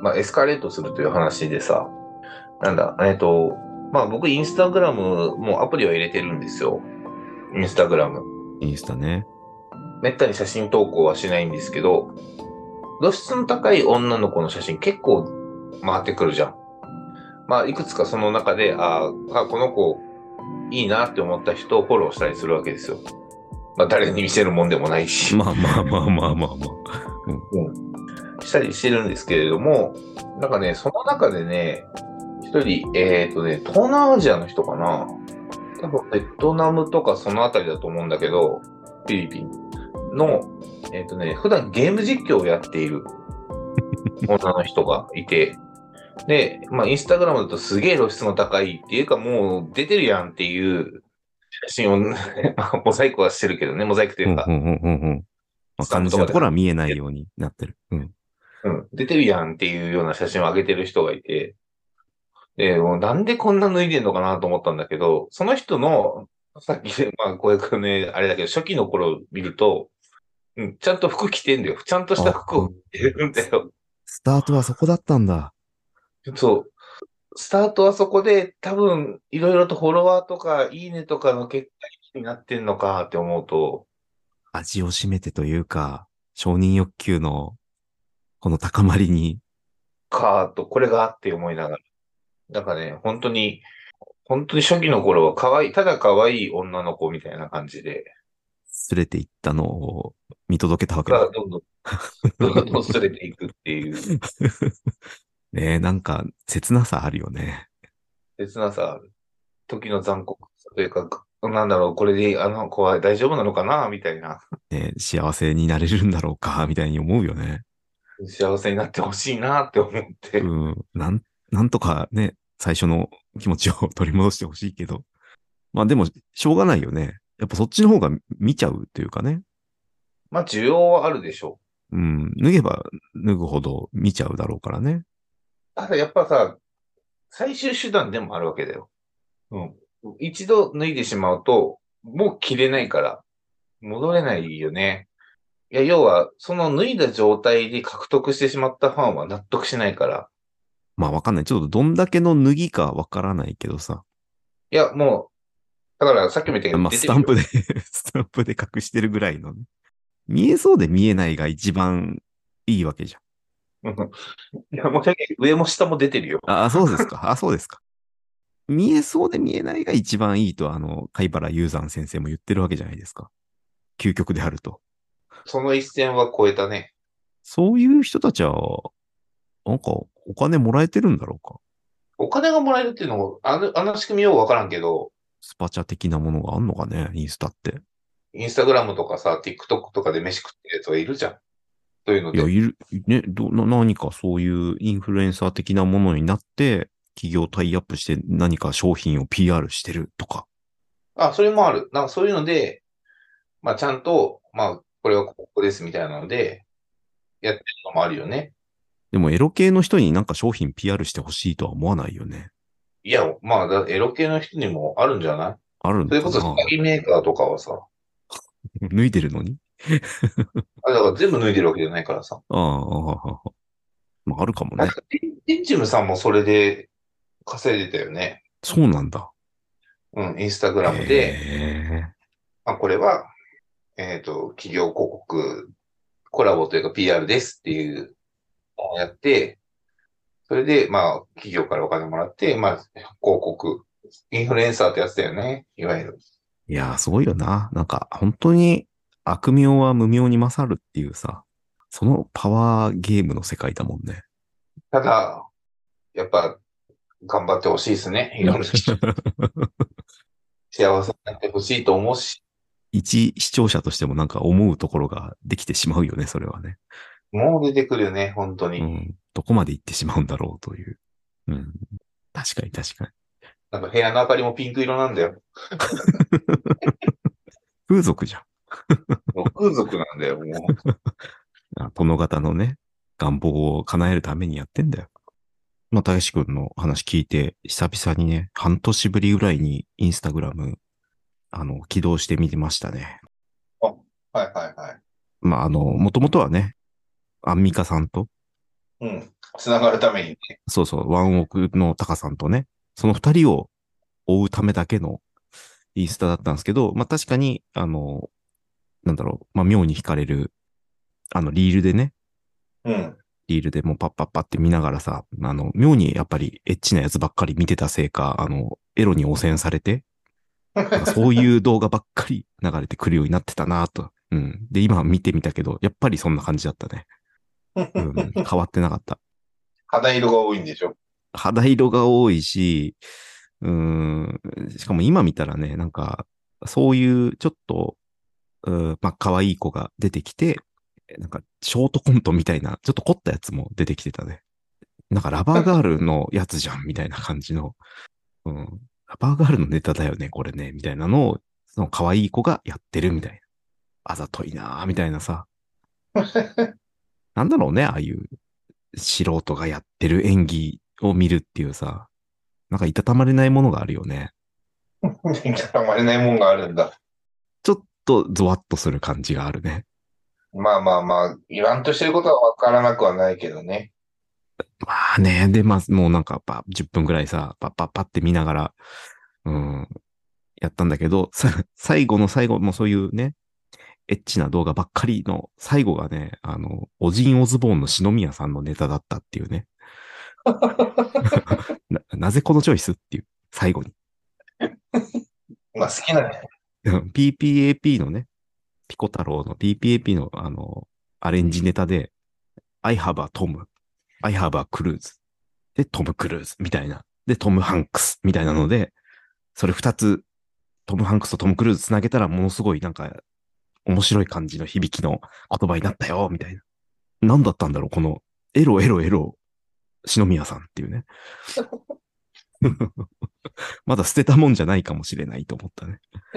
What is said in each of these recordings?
まあ、エスカレートするという話でさ、なんだ、まあ僕インスタグラムもアプリは入れてるんですよ。インスタグラム。 インスタね。 めったに写真投稿はしないんですけど、露出の高い女の子の写真結構回ってくるじゃん。まあいくつかその中で、この子いいなって思った人をフォローしたりするわけですよ。まあ誰に見せるもんでもないし。 まあまあまあまあまあまあ。うん。 うん。したりしてるんですけれども、なんかね、その中でね、一人、東南アジアの人かな。多分ベトナムとかそのあたりだと思うんだけど、フィリピンの、普段ゲーム実況をやっている女の人がいて、で、まあ、インスタグラムだとすげえ露出の高いっていうか、もう出てるやんっていう写真をモザイクはしてるけどね、モザイクというか、 うんうんうんうんうん。まあ、 スタン肝プとかで貼っ心なところは見えないて、 ようになってる。うん。 うん、出てるやんっていうような写真を上げてる人がいて、で、もうなんでこんな脱いでんのかなと思ったんだけど、その人の、さっき、まあ、こうね、あれだけど、初期の頃を見ると、うん、ちゃんと服着てんだよ。ちゃんとしたあ、 服を着てるんだよ。 スタートはそこだったんだ。 そう。スタートはそこで、多分、いろいろとフォロワーとか、いいねとかの結果になってんのかって思うと、 味を占めてというか、承認欲求のこの高まりにこれがって思いながら。だからね、本当に初期の頃は可愛い、ただ可愛い女の子みたいな感じで、 すれていったのを見届けたわけだ。 がどんどん薄れていくっていう。 ねえ、なんか切なさあるよね。 切なさ、時の残酷さというか、なんだろう、これであの子は大丈夫なのかなみたいな。 ねえ、幸せになれるんだろうか、みたいに思うよね。 幸せになってほしいなって思って。 うん。なんとかね、最初の気持ちを取り戻してほしいけど。まあでも、しょうがないよね。やっぱそっちの方が見ちゃうっていうかね。 まあ、需要はあるでしょうん。脱げば脱ぐほど見ちゃうだろうからね。 う。ただやっぱさ、最終手段でもあるわけだよ。うん。一度脱いでしまうと、もう着れないから、戻れないよね。いや、要は、その脱いだ状態で獲得してしまったファンは納得しないから。 まあわかんない。ちょっとどんだけの脱ぎかわからないけどさ。 いや、もう、だからさっきも言ったけど、 まあ出てるよ。 スタンプで隠してるぐらいのね。見えそうで見えないが一番いいわけじゃん。 うん。いや、申し訳ない。上も下も出てるよ。 そうですか。そうですか。見えそうで見えないが一番いいと、貝原雄山先生も言ってるわけじゃないですか。究極であると。 その一線は超えたね。 そういう人たちは、なんか、お金もらえてるんだろうか。 お金がもらえるっていうのも、あの仕組みようわからんけど、 スパチャ的なものがあんのかね、インスタって。 インスタグラムとかさ、TikTok とかで飯食ってるやつがいるじゃん。そういうのいや、 で。 ね、何かそういうインフルエンサー的なものになって、企業タイアップして何か商品を PR してるとか。 あ、それもある。なんかそういうので、まあちゃんと、まあこれはここですみたいなので、やってるのもあるよね。 でもエロ系の人になんか商品 PR してほしいとは思わないよね。 いや、まあエロ系の人にもあるんじゃない？ あるのそれこそ下かな。 着メーカーとかはさ、 脱いでるのに。 だから全部脱いでるわけじゃないからさ。 まあ、あるかもね。 確かテンチムさんもそれで稼いでたよね。 そうなんだ。 うん、インスタグへラムで、 え。 まあこれは、企業広告コラボというか PR ですっていうのをやって、それで、まあ、企業からお金もらって、まあ、広告、インフルエンサーってやつだよね。いわゆる。 いやー、すごいよな。なんか、本当に悪名は無名に勝るっていうさ、そのパワーゲームの世界だもんね。 ただ、やっぱ、頑張ってほしいですね。いろんな人、幸せになってほしいと思うし、 一視聴者としてもなんか思うところができてしまうよね、それはね。 もう出てくるよね、本当に。 うん。どこまで行ってしまうんだろうという。うん。確かに確かに。 なんか部屋の明かりもピンク色なんだよ。 風俗じゃん。 もう空族なんだよ、も殿方のね、願望を叶えるためにやってんだよ。まあ、大志くんの話聞いて、久々にね、半年ぶりぐらいにインスタグラム、起動してみてましたね。 う。あ、はいはいはい。 まあ、もともとはね、アンミカさんと、 うん。 つながるためにね。 そうそう、ワンオクのタカさんとね、その二人を追うためだけのインスタだったんですけど、まあ確かに、なんだろう、まあ妙に惹かれる、リールでね、 うん。 リールでもうパッパッパって見ながらさ、妙にやっぱりエッチなやつばっかり見てたせいか、エロに汚染されて、なんかそういう動画ばっかり流れてくるようになってたなと。うん。で、今見てみたけど、やっぱりそんな感じだったね。うん。変わってなかった。 肌色が多いんでしょ。 肌色が多いし、しかも今見たらね、なんか、そういうちょっと、まあ、可愛い子が出てきて、なんか、ショートコントみたいな、ちょっと凝ったやつも出てきてたね。なんか、ラバーガールのやつじゃん、みたいな感じの、うん。ラバーガールのネタだよね、これね、みたいなのを、その可愛い子がやってるみたいな。あざといなーみたいなさ。なんだろうね、ああいう素人がやってる演技を見るっていうさ、なんかいたたまれないものがあるよね。 たまれないもんがあるんだ。 ちょっとゾワッとする感じがあるね。 まあまあまあ、言わんとしてることはわからなくはないけどね。 まあね、で、まあ、もうなんか10分ぐらいさ、パッパッパって見ながら、うん、やったんだけど、最後の最後、もうそういうね、エッチな動画ばっかりの最後がね、オジンオズボーンの篠宮さんのネタだったっていうね。なぜこのチョイスっていう、最後に。 まあ好きなね。 PPAP のね、ピコ太郎の PPAP のアレンジネタで、I have a Tom, I have a Cruise で、トム・クルーズみたいな。で、トム・ハンクスみたいなので、それ二つ、トム・ハンクスとトム・クルーズつなげたらものすごいなんか面白い感じの響きの言葉になったよ、みたいな。何だったんだろう、このエロエロエロ、篠宮さんっていうね。まだ捨てたもんじゃないかもしれないと思ったね。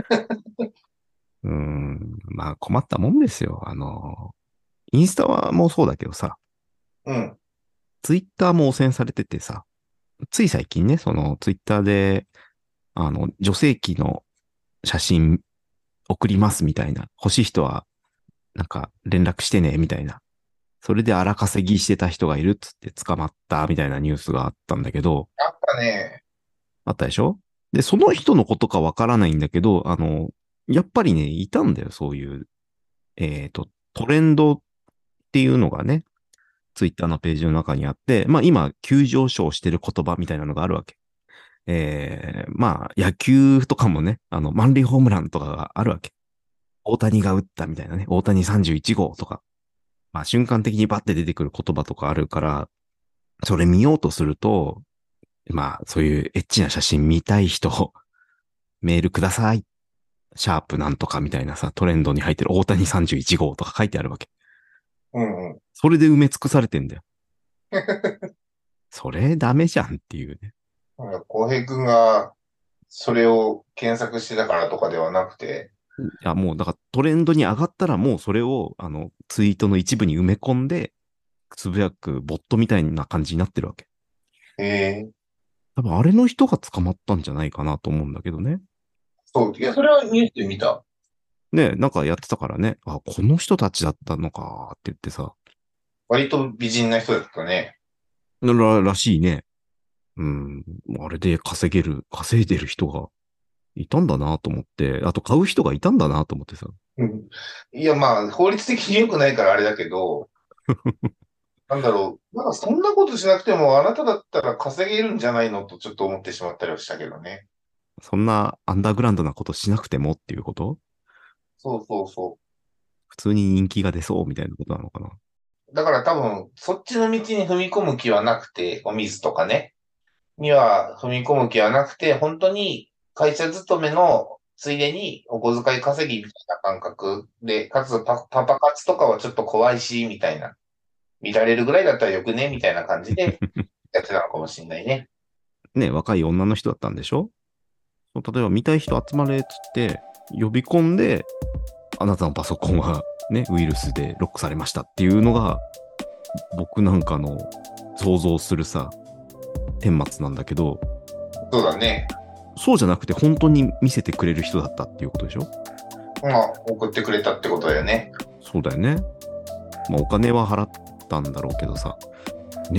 まあ困ったもんですよ。インスタはもうそうだけどさ、 うん。 ツイッターも汚染されててさ、つい最近ね、そのツイッターで、女性器の写真送りますみたいな、欲しい人はなんか連絡してね、みたいな。それで荒稼ぎしてた人がいるっつって捕まったみたいなニュースがあったんだけど、 やっぱね、 あったでしょ？で、その人のことかわからないんだけど、やっぱりね、いたんだよ、そういう、トレンドっていうのがね、ツイッターのページの中にあって、まあ今、急上昇してる言葉みたいなのがあるわけ。まあ野球とかもね、満塁ホームランとかがあるわけ。大谷が打ったみたいなね、大谷31号とか、まあ瞬間的にバッて出てくる言葉とかあるから、それ見ようとすると、まあそういうエッチな写真見たい人、メールください。シャープなんとかみたいなさ、トレンドに入ってる大谷31号とか書いてあるわけ。 うんうん。 それで埋め尽くされてんだよ。それダメじゃんっていうね。 浩平くんがそれを検索してたからとかではなくて、 いや、もう、だからトレンドに上がったらもうそれを、ツイートの一部に埋め込んで、つぶやくボットみたいな感じになってるわけ。 ええ、 多分あれの人が捕まったんじゃないかなと思うんだけどね。 そう、いや、それはニュースで見た。 ね、なんかやってたからね。あ、この人たちだったのかって言ってさ。 割と美人な人だったね。 らしいね。うん。あれで稼いでる人がいたんだなと思って、あと買う人がいたんだなと思ってさ。 うん。いや、まあ、法律的に良くないからあれだけど、なんだろう。なんかそんなことしなくても、あなただったら稼げるんじゃないのとちょっと思ってしまったりはしたけどね。 そんなアンダーグラウンドなことしなくてもっていうこと？ そうそうそ普通に人気が出そうみたいなことなのかな。 う。だから多分、そっちの道に踏み込む気はなくて、お水とかね、には踏み込む気はなくて、本当に会社勤めのついでにお小遣い稼ぎみたいな感覚で、かつパパ活とかはちょっと怖いし、みたいな。見られるぐらいだったらよくね、みたいな感じでやってたのかもしれないね。 ね、若い女の人だったんでしょ？例えば見たい人集まれっつって呼び込んで、あなたのパソコンはね、ウイルスでロックされましたっていうのが、僕なんかの想像するさ、顛末なんだけど、 そうだね。 そうじゃなくて本当に見せてくれる人だったっていうことでしょ？ まあ、送ってくれたってことだよね。 そうだよね。まあお金は払ったんだろうけどさ、ね、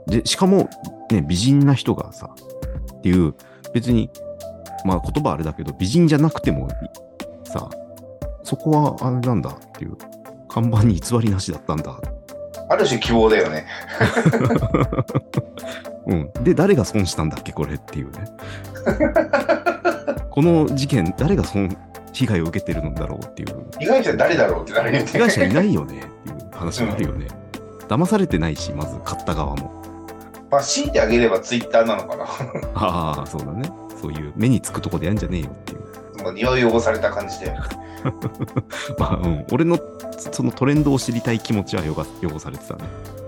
で、しかも、ね、美人な人がさ、っていう、別に、まあ言葉あれだけど、美人じゃなくてもさ、そこはあれなんだっていう、看板に偽りなしだったんだ。 ある種希望だよね。 うん。で、誰が損したんだっけ、これっていうね。この事件、誰が被害を受けてるんだろうっていう。 被害者誰だろうってなるよね。 被害者いないよねっていう話もあるよね。騙されてないし、まず買った側も。 まあ、強いてあげればツイッターなのかな。 ああ、そうだね。そういう目につくとこでやんじゃねえよっていう。 もう匂い汚された感じで。 まあ、うん。俺のそのトレンドを知りたい気持ちは汚されてたね。